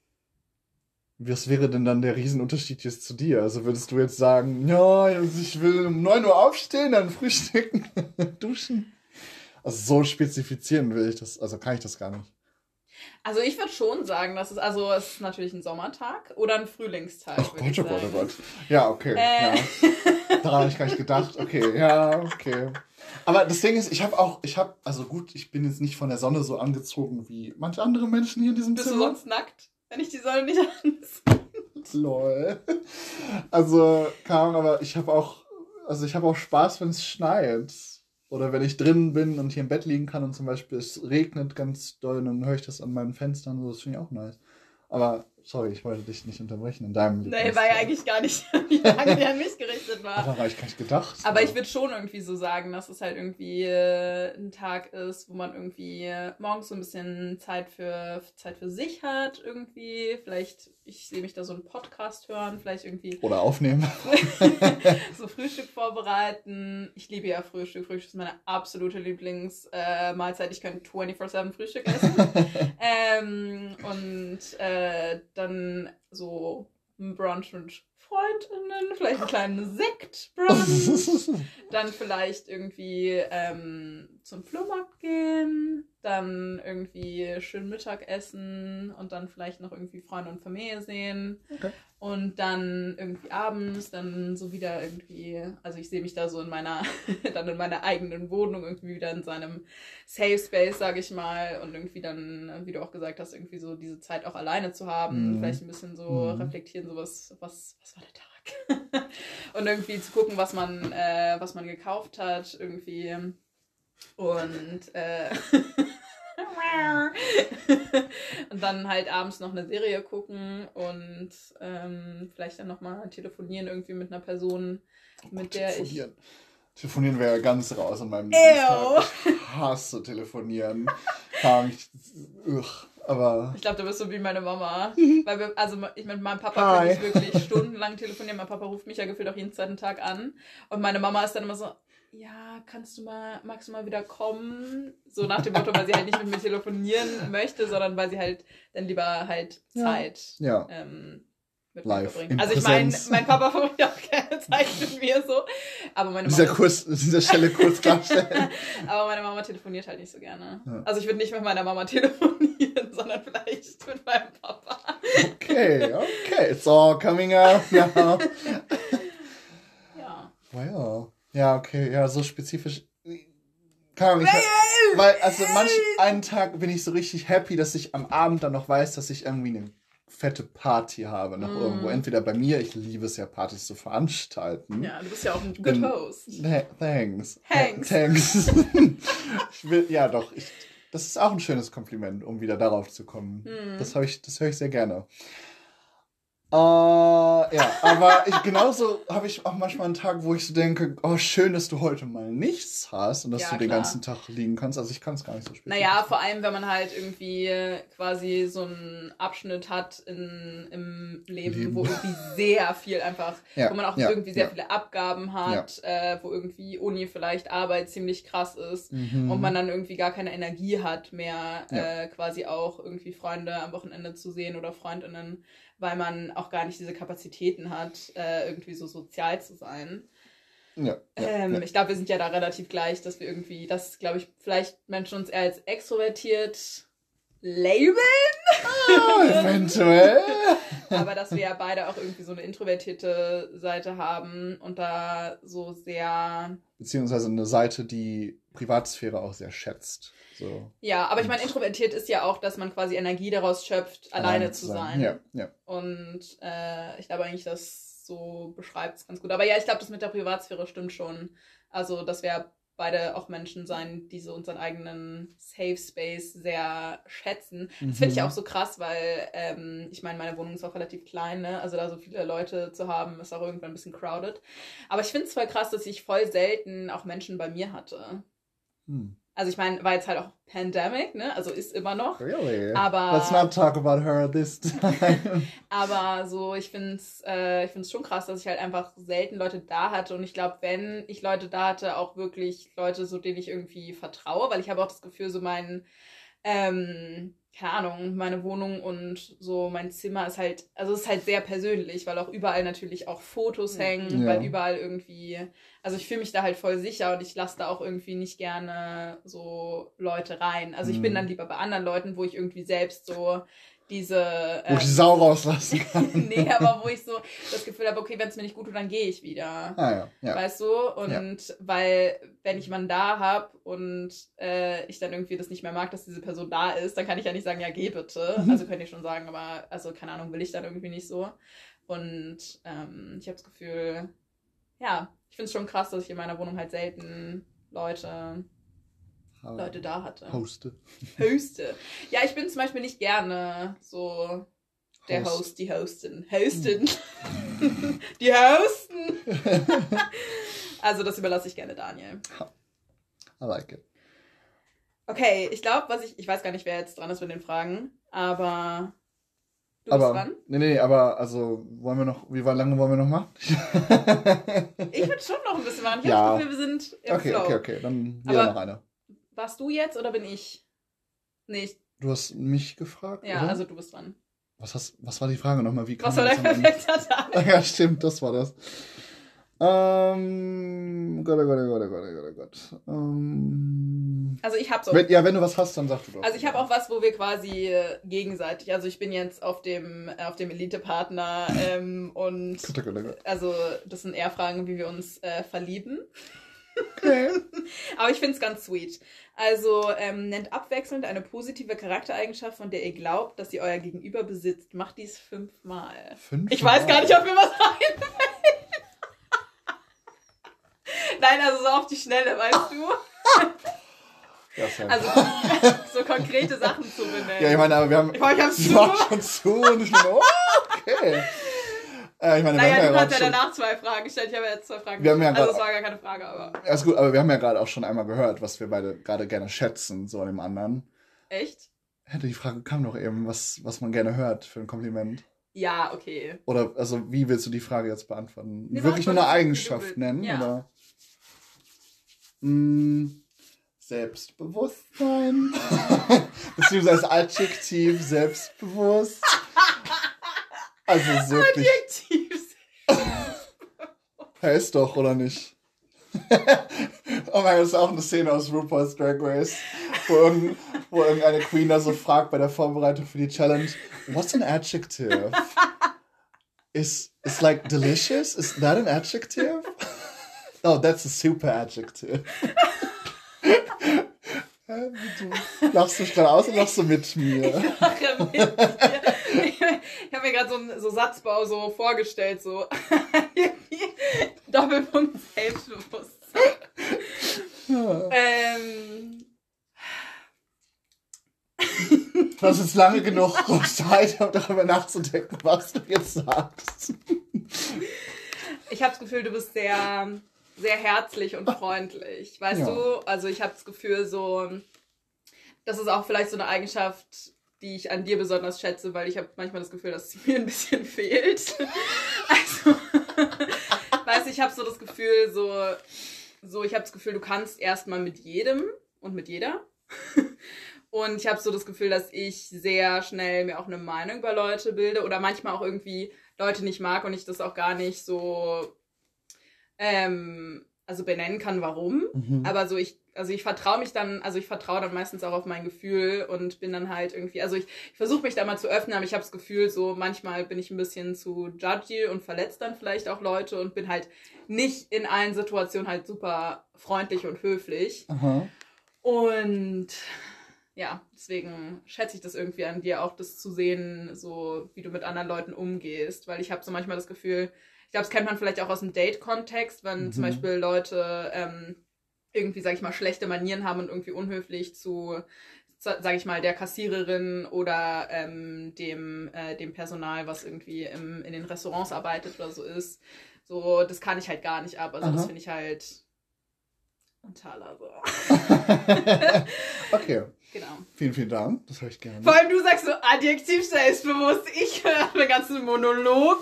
Was wäre denn dann der Riesenunterschied jetzt zu dir? Also würdest du jetzt sagen, ja, also ich will um neun Uhr aufstehen, dann frühstücken, duschen? Also so spezifizieren will ich das, also kann ich das gar nicht. Also ich würde schon sagen, dass es, also es ist natürlich ein Sommertag oder ein Frühlingstag. Ach würde Gott, ich oh Gott, sagen. oh Gott. Ja, okay. Äh. Ja. Daran habe ich gar nicht gedacht. Okay, ja, okay. Aber das Ding ist, ich habe auch, ich habe, also gut, ich bin jetzt nicht von der Sonne so angezogen wie manche andere Menschen hier in diesem Bist du Zimmer. sonst nackt, wenn ich die Sonne nicht anziehe? Lol. Also, keine Ahnung, aber ich habe auch, also ich habe auch Spaß, wenn es schneit. Oder wenn ich drin bin und hier im Bett liegen kann und zum Beispiel es regnet ganz doll, dann höre ich das an meinen Fenstern, so, das finde ich auch nice. Aber, sorry, ich wollte dich nicht unterbrechen in deinem Nee, war ja eigentlich gar nicht die Frage, die an mich gerichtet war. Aber war ich gar nicht gedacht. Aber ich würde schon irgendwie so sagen, dass es halt irgendwie äh, ein Tag ist, wo man irgendwie äh, morgens so ein bisschen Zeit für, Zeit für sich hat, irgendwie. Vielleicht, ich sehe mich da so einen Podcast hören, vielleicht irgendwie Oder aufnehmen. so Frühstück vorbereiten. Ich liebe ja Frühstück. Frühstück ist meine absolute Lieblingsmahlzeit. Äh, ich könnte vierundzwanzig sieben Frühstück essen. ähm, und äh, dann so ein Brunch mit Freundinnen, vielleicht einen kleinen Sektbrunch, dann vielleicht irgendwie ähm, zum Flohmarkt gehen, dann irgendwie schön Mittag essen und dann vielleicht noch irgendwie Freunde und Familie sehen. Okay. Und dann irgendwie abends dann so wieder irgendwie, also ich sehe mich da so in meiner, dann in meiner eigenen Wohnung irgendwie wieder in seinem Safe Space, sage ich mal, und irgendwie dann, wie du auch gesagt hast, irgendwie so diese Zeit auch alleine zu haben, Mhm. vielleicht ein bisschen so Mhm. reflektieren, so was, was, was war der Tag? Und irgendwie zu gucken, was man, äh, was man gekauft hat, irgendwie. Und äh, und dann halt abends noch eine Serie gucken und ähm, vielleicht dann nochmal telefonieren irgendwie mit einer Person, mit der ich... Telefonieren. Telefonieren wäre ganz raus an meinem Ew. Lieblingstag. Ich hasse telefonieren. Kam ich, ugh, aber... Ich glaube, du bist so wie meine Mama. Mhm. Weil wir, also ich mit meinem Papa Hi. kann ich wirklich stundenlang telefonieren. Mein Papa ruft mich ja gefühlt auch jeden zweiten Tag an. Und meine Mama ist dann immer so, ja, kannst du mal, magst du mal wieder kommen? So nach dem Motto, weil sie halt nicht mit mir telefonieren möchte, sondern weil sie halt dann lieber halt Zeit ja. Ähm, mit Live, mir verbringt. in Also ich meine, Präsenz. mein Papa verbringt auch keine Zeit mit mir so, aber meine Dieser Mama... Kurs, dieser Stelle kurz klarstellen. Aber meine Mama telefoniert halt nicht so gerne. Ja. Also ich würde nicht mit meiner Mama telefonieren, sondern vielleicht mit meinem Papa. Okay, okay, it's all coming out now. Ja. Wow. Ja, okay, ja, so spezifisch. Keine Ahnung, ich, weil, also manch einen Tag bin ich so richtig happy, dass ich am Abend dann noch weiß, dass ich irgendwie eine fette Party habe, noch mm. irgendwo. Entweder bei mir, ich liebe es ja, Partys zu veranstalten. Ja, du bist ja auch ein good host. Th- thanks. Thanks. Thanks. ich will, ja, doch, ich, das ist auch ein schönes Kompliment, um wieder darauf zu kommen. Mm. Das, hab ich, das höre ich sehr gerne. Uh, ja, aber ich genauso habe ich auch manchmal einen Tag, wo ich so denke, oh, schön, dass du heute mal nichts hast und dass ja, du den klar. ganzen Tag liegen kannst. Also ich kann es gar nicht so spät. Naja, vor allem, wenn man halt irgendwie quasi so einen Abschnitt hat in, im Leben, Leben, wo irgendwie sehr viel einfach, ja, wo man auch ja, irgendwie sehr ja. viele Abgaben hat, ja. äh, wo irgendwie Uni vielleicht Arbeit ziemlich krass ist mhm. und man dann irgendwie gar keine Energie hat mehr, ja. äh, quasi auch irgendwie Freunde am Wochenende zu sehen oder Freundinnen, weil man auch gar nicht diese Kapazitäten hat, äh, irgendwie so sozial zu sein. Ja, ja, ähm, ja. Ich glaube, wir sind ja da relativ gleich, dass wir irgendwie, dass, glaube ich, vielleicht Menschen uns eher als extrovertiert labeln. Ah, eventuell. Aber dass wir ja beide auch irgendwie so eine introvertierte Seite haben und da so sehr... Beziehungsweise eine Seite, die Privatsphäre auch sehr schätzt. So. Ja, aber ich meine, introvertiert ist ja auch, dass man quasi Energie daraus schöpft, alleine, alleine zu sein. sein. Ja, ja. Und äh, ich glaube eigentlich, das so beschreibt es ganz gut. Aber ja, ich glaube, das mit der Privatsphäre stimmt schon. Also, dass wir beide auch Menschen sein, die so unseren eigenen Safe Space sehr schätzen. Das finde ich ja auch so krass, weil ähm, ich meine, meine Wohnung ist auch relativ klein, ne? Also da so viele Leute zu haben, ist auch irgendwann ein bisschen crowded. Aber ich finde es voll krass, dass ich voll selten auch Menschen bei mir hatte. Hm. Also ich meine, war jetzt halt auch Pandemic, ne? Also ist immer noch. Really? Aber let's not talk about her this time. Aber so, ich finde es äh, ich find's schon krass, dass ich halt einfach selten Leute da hatte. Und ich glaube, wenn ich Leute da hatte, auch wirklich Leute, so denen ich irgendwie vertraue. Weil ich habe auch das Gefühl, so mein, ähm, keine Ahnung, meine Wohnung und so mein Zimmer ist halt, also es ist halt sehr persönlich, weil auch überall natürlich auch Fotos hängen, ja. weil überall irgendwie, also ich fühle mich da halt voll sicher und ich lasse da auch irgendwie nicht gerne so Leute rein. Also ich mhm. bin dann lieber bei anderen Leuten, wo ich irgendwie selbst so diese... Wo ähm, ich die Sau rauslassen kann. Nee, aber wo ich so das Gefühl habe, okay, wenn es mir nicht gut tut, dann gehe ich wieder. Ah, ja. Ja. Weißt du? Und ja. weil, wenn ich jemanden da habe und äh, ich dann irgendwie das nicht mehr mag, dass diese Person da ist, dann kann ich ja nicht sagen, ja, geh bitte. Mhm. Also könnte ich schon sagen, aber, also keine Ahnung, will ich dann irgendwie nicht so. Und ähm, ich habe das Gefühl, ja, ich finde es schon krass, dass ich in meiner Wohnung halt selten Leute... Leute da hatte. Hoste. Hoste. Ja, ich bin zum Beispiel nicht gerne so der Host, Host die Hostin. Hostin. Hm. Die Hosten. Also das überlasse ich gerne Daniel. I like it. Okay, ich glaube, was ich, ich weiß gar nicht, wer jetzt dran ist mit den Fragen, aber du aber, bist dran? Nee, nee, aber also, wollen wir noch, wie lange wollen wir noch machen? Ich würde schon noch ein bisschen machen. Ich ja. habe das Gefühl, wir sind im okay, Flow. Okay, okay, okay, dann wieder noch eine. Warst du jetzt oder bin ich? Nee. Ich... Du hast mich gefragt, Ja, oder? also du bist dran. Was, hast, was war die Frage nochmal? Wie was war dein perfekter Tag? Ja, stimmt, das war das. Ähm, Gott, oh Gott, oh Gott, oh Gott, oh Gott, oh Gott. Ähm, also ich hab so... Wenn, ja, wenn du was hast, dann sag du doch. Also ich habe auch was, wo wir quasi äh, gegenseitig... Also ich bin jetzt auf dem, äh, auf dem Elite-Partner ähm, und... Gott, oh Gott, oh Gott. Also das sind eher Fragen, wie wir uns äh, verlieben. Okay. Aber ich finde es ganz sweet. Also ähm, nennt abwechselnd eine positive Charaktereigenschaft, von der ihr glaubt, dass sie euer Gegenüber besitzt. Macht dies fünfmal. Fünfmal? Ich weiß gar nicht, ob mir was einfällt. Nein, also so auf die Schnelle, weißt du? Ja, also so konkrete Sachen zu benennen. Ja, ich meine, aber wir haben... Ich meine, ich hab's zu. schon zu und ich meine, oh, okay. Äh, ich meine, naja, wir haben du ja kannst ja schon... danach zwei Fragen gestellt. Ich habe ja jetzt zwei Fragen wir haben ja gestellt. Also es war gar keine Frage, aber... Ja, ist gut, aber wir haben ja gerade auch schon einmal gehört, was wir beide gerade gerne schätzen, so an dem anderen. Echt? Ja, die Frage kam doch eben, was, was man gerne hört für ein Kompliment. Ja, okay. Oder, also, wie willst du die Frage jetzt beantworten? Nee, Wirklich nur eine was, Eigenschaft nennen, ja. oder? Mm, Selbstbewusstsein. Beziehungsweise Adjektiv selbstbewusst. Also wirklich. Adjektiv. Er ist doch, oder nicht? Oh mein Gott, das ist auch eine Szene aus RuPaul's Drag Race, wo, irgend, wo irgendeine Queen da so fragt bei der Vorbereitung für die Challenge, what's an adjective? Is, is like delicious? Is that an adjective? Oh, that's a super adjective. Du lachst du gerade aus oder lachst du mit mir? Ich lache mit dir. Ich habe mir gerade so einen so Satzbau so vorgestellt, so Doppelpunkt Selbstbewusstsein. Ja. Ähm. Du hast jetzt lange genug Zeit, um darüber nachzudenken, was du jetzt sagst. Ich habe das Gefühl, du bist sehr, sehr herzlich und freundlich. Weißt Ja. du? Also ich habe das Gefühl, so, das ist auch vielleicht so eine Eigenschaft, die ich an dir besonders schätze, weil ich habe manchmal das Gefühl, dass sie mir ein bisschen fehlt. Also, weißt du, ich habe so das Gefühl, so, so ich habe das Gefühl, du kannst erstmal mit jedem und mit jeder. Und ich habe so das Gefühl, dass ich sehr schnell mir auch eine Meinung über Leute bilde oder manchmal auch irgendwie Leute nicht mag und ich das auch gar nicht so ähm, also benennen kann, warum. Mhm. Aber so ich, also ich vertraue mich dann, also ich vertraue dann meistens auch auf mein Gefühl und bin dann halt irgendwie, also ich, ich versuche mich da mal zu öffnen, aber ich habe das Gefühl, so manchmal bin ich ein bisschen zu judgy und verletzt dann vielleicht auch Leute und bin halt nicht in allen Situationen halt super freundlich und höflich. Aha. Und ja, deswegen schätze ich das irgendwie an dir, auch das zu sehen, so wie du mit anderen Leuten umgehst, weil ich habe so manchmal das Gefühl, ich glaube, das kennt man vielleicht auch aus dem Date-Kontext, wenn Mhm. zum Beispiel Leute ähm, irgendwie, sag ich mal, schlechte Manieren haben und irgendwie unhöflich zu, sag ich mal, der Kassiererin oder ähm, dem, äh, dem Personal, was irgendwie im, in den Restaurants arbeitet oder so ist. So, das kann ich halt gar nicht ab. Also Aha. das finde ich halt untaler so. Okay, Genau. vielen, vielen Dank. Das höre ich gerne. Vor allem du sagst so adjektiv selbstbewusst. Ich höre den ganzen Monolog.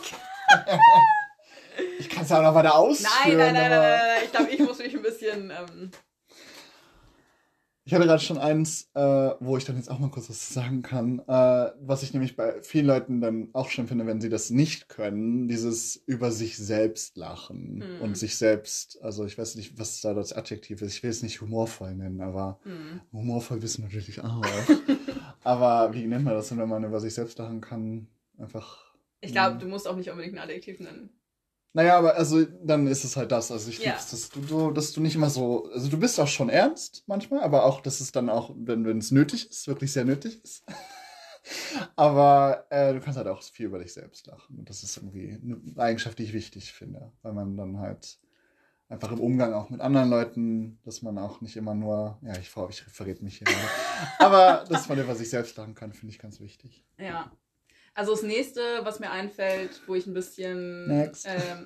Ich kann es ja auch noch weiter ausführen. Nein, nein, nein, nein, aber- nein, nein. Ich glaube, ich muss mich ein bisschen. Ähm, Ich hatte gerade schon eins, äh, wo ich dann jetzt auch mal kurz was sagen kann, äh, was ich nämlich bei vielen Leuten dann auch schön finde, wenn sie das nicht können, dieses über sich selbst lachen Hm. und sich selbst, also ich weiß nicht, was da das Adjektiv ist, ich will es nicht humorvoll nennen, aber hm. humorvoll wissen natürlich auch. Aber wie nennt man das denn, wenn man über sich selbst lachen kann? Einfach. Ich glaube, du musst auch nicht unbedingt ein Adjektiv nennen. Naja, aber also dann ist es halt das. Also ich Ja. lieb's, dass du so, dass du nicht immer so, also du bist auch schon ernst manchmal, aber auch, dass es dann auch, wenn wenn es nötig ist, wirklich sehr nötig ist. Aber äh, du kannst halt auch viel über dich selbst lachen. Und das ist irgendwie eine Eigenschaft, die ich wichtig finde, weil man dann halt einfach im Umgang auch mit anderen Leuten, dass man auch nicht immer nur, ja, ich, ich verrät mich hier gerade, aber dass man über sich selbst lachen kann, finde ich ganz wichtig. Ja. Also das nächste, was mir einfällt, wo ich ein bisschen. Next. Ähm,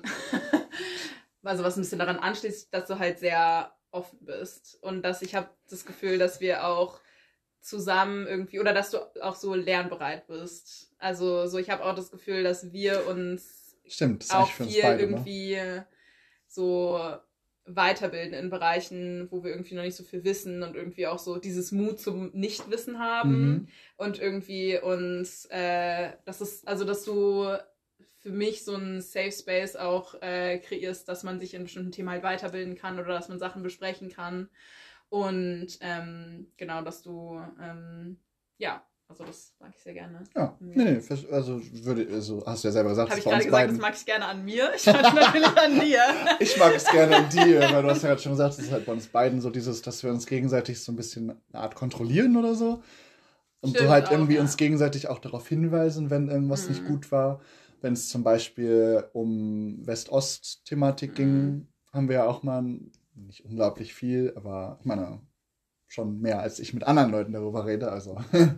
also was ein bisschen daran anschließt, dass du halt sehr offen bist. Und dass ich habe das Gefühl, dass wir auch zusammen irgendwie, oder dass du auch so lernbereit bist. Also so, ich habe auch das Gefühl, dass wir uns Stimmt, das ist auch eigentlich für uns viel beide, ne? irgendwie so weiterbilden in Bereichen, wo wir irgendwie noch nicht so viel wissen und irgendwie auch so dieses Mut zum Nichtwissen haben Mhm. und irgendwie uns, äh, das ist, also dass du für mich so einen Safe Space auch äh, kreierst, dass man sich in bestimmten Themen halt weiterbilden kann oder dass man Sachen besprechen kann und ähm, genau, dass du, ähm, ja, also das mag ich sehr gerne. Ja, nee, nee, vers- also würde, also hast du ja selber gesagt, Habe das ich ist bei gerade uns gesagt, beiden. das mag ich gerne an mir. Ich meine natürlich an dir. Ich mag es gerne an dir, weil du hast ja gerade schon gesagt, es ist halt bei uns beiden so dieses, dass wir uns gegenseitig so ein bisschen eine Art kontrollieren oder so. Und Stimmt so halt auch, irgendwie ja. uns gegenseitig auch darauf hinweisen, wenn irgendwas Mhm. nicht gut war. Wenn es zum Beispiel um West-Ost-Thematik ging, Mhm. haben wir ja auch mal nicht unglaublich viel, aber ich meine, schon mehr als ich mit anderen Leuten darüber rede, also.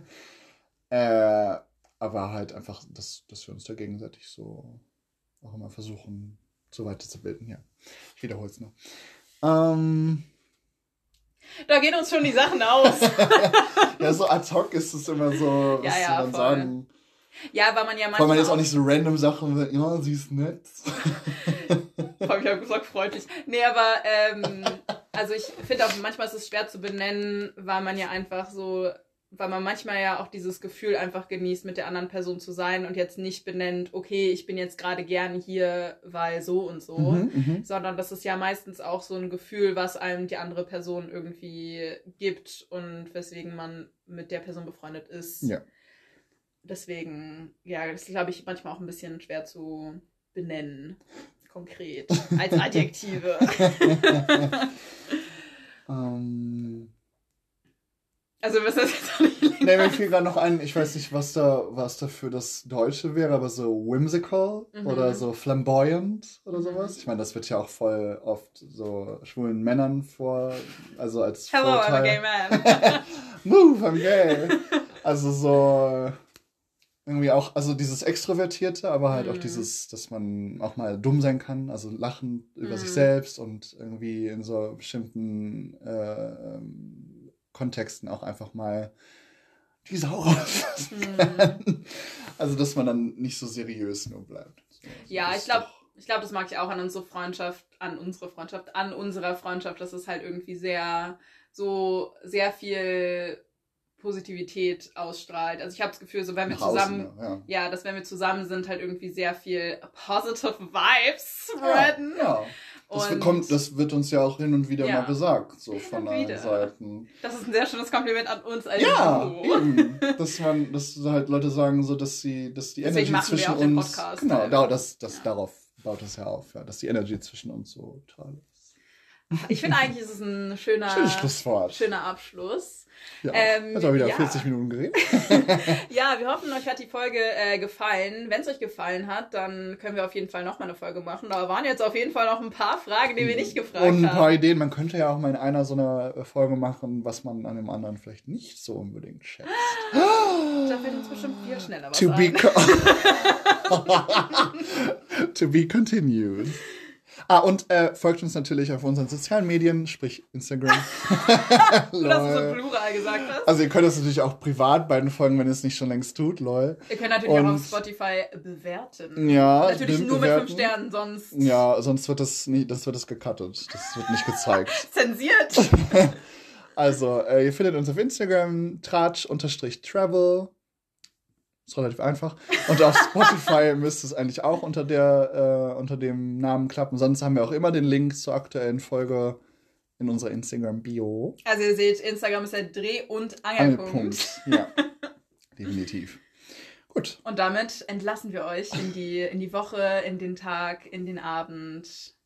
äh, aber halt einfach, dass, dass wir uns da gegenseitig so auch immer versuchen, so weiterzubilden. Ja, ich wiederhole es noch. Ähm, Da gehen uns schon die Sachen aus. ja, so ad hoc ist es immer so, was Ja, ja, soll man voll. sagen. Ja, weil man ja manchmal Weil man jetzt auch nicht so random Sachen, sagt, ja, sie ist nett. Hab ich ja gesagt, freundlich. Nee, aber ähm, Also ich finde auch, manchmal ist es schwer zu benennen, weil man ja einfach so, weil man manchmal ja auch dieses Gefühl einfach genießt, mit der anderen Person zu sein und jetzt nicht benennt, okay, ich bin jetzt gerade gern hier, weil so und so, Mhm, sondern das ist ja meistens auch so ein Gefühl, was einem die andere Person irgendwie gibt und weswegen man mit der Person befreundet ist. Ja. Deswegen, ja, das ist, glaube ich, manchmal auch ein bisschen schwer zu benennen, konkret, als Adjektive. ähm... Also, was ist jetzt auch nicht Nee, mir fiel gerade noch ein, ich weiß nicht, was da, was da für das Deutsche wäre, aber so whimsical Mhm. oder so flamboyant oder Mhm. sowas. Ich meine, das wird ja auch voll oft so schwulen Männern vor, also als Hello, I'm a Vorteil. gay man. Move, I'm gay. Also so irgendwie auch, also dieses Extrovertierte, aber halt auch Mhm. dieses, dass man auch mal dumm sein kann, also lachen über Mhm. sich selbst und irgendwie in so bestimmten äh, ähm, Kontexten auch einfach mal die Sau rauslassen kann. Mhm. Also, dass man dann nicht so seriös nur bleibt. So, so Ja, das ich glaube, doch- ich glaube, das mag ich auch an unsere Freundschaft, an unsere Freundschaft, an unserer Freundschaft, dass es halt irgendwie sehr, so sehr viel Positivität ausstrahlt. Also ich habe das Gefühl, so wenn wir nach außen, zusammen, ja. ja, dass wenn wir zusammen sind, halt irgendwie sehr viel positive Vibes spreaden. Ja, ja. Das, Und bekommt, das wird uns ja auch hin und wieder Ja. mal gesagt, so Hin von und allen wieder. Seiten. das ist ein sehr schönes Kompliment an uns als Ja, Duo. eben. Dass man, dass halt Leute sagen, so, dass sie, dass die Deswegen Energy machen wir zwischen auch den uns. Podcast. Genau, da, das, das, darauf baut es ja auf, ja, dass die Energy zwischen uns so toll ist. Ich finde eigentlich, ist es ein schöner, Schönes Schlusswort. schöner Abschluss. Ja, Ähm, hat auch wieder ja. vierzig Minuten geredet. Ja, wir hoffen, euch hat die Folge äh, gefallen. Wenn es euch gefallen hat, dann können wir auf jeden Fall nochmal eine Folge machen. Da waren jetzt auf jeden Fall noch ein paar Fragen, die wir nicht gefragt Und ein paar haben. Ideen. Man könnte ja auch mal in einer so einer Folge machen, was man an dem anderen vielleicht nicht so unbedingt schätzt. Da fällt uns bestimmt viel schneller was To be, ein. co- to be continued. Ah, und äh, folgt uns natürlich auf unseren sozialen Medien, sprich Instagram. Nur, dass du so Lol. Plural gesagt hast. Also ihr könnt das natürlich auch privat bei den Folgen, wenn ihr es nicht schon längst tut, lol. Ihr könnt natürlich und- auch auf Spotify bewerten. Ja, Natürlich blind nur mit bewerten. fünf Sternen, sonst Ja, sonst wird das nicht, das wird das gecuttet. Das wird nicht gezeigt. zensiert. Also, äh, ihr findet uns auf Instagram, tratsch-travel. Ist relativ einfach. Und auf Spotify müsste es eigentlich auch unter der, äh, unter dem Namen klappen. Sonst haben wir auch immer den Link zur aktuellen Folge in unserer Instagram-Bio. Also ihr seht, Instagram ist der Dreh- und Angelpunkt. Angelpunkt. Ja, definitiv. Gut. Und damit entlassen wir euch in die, in die Woche, in den Tag, in den Abend.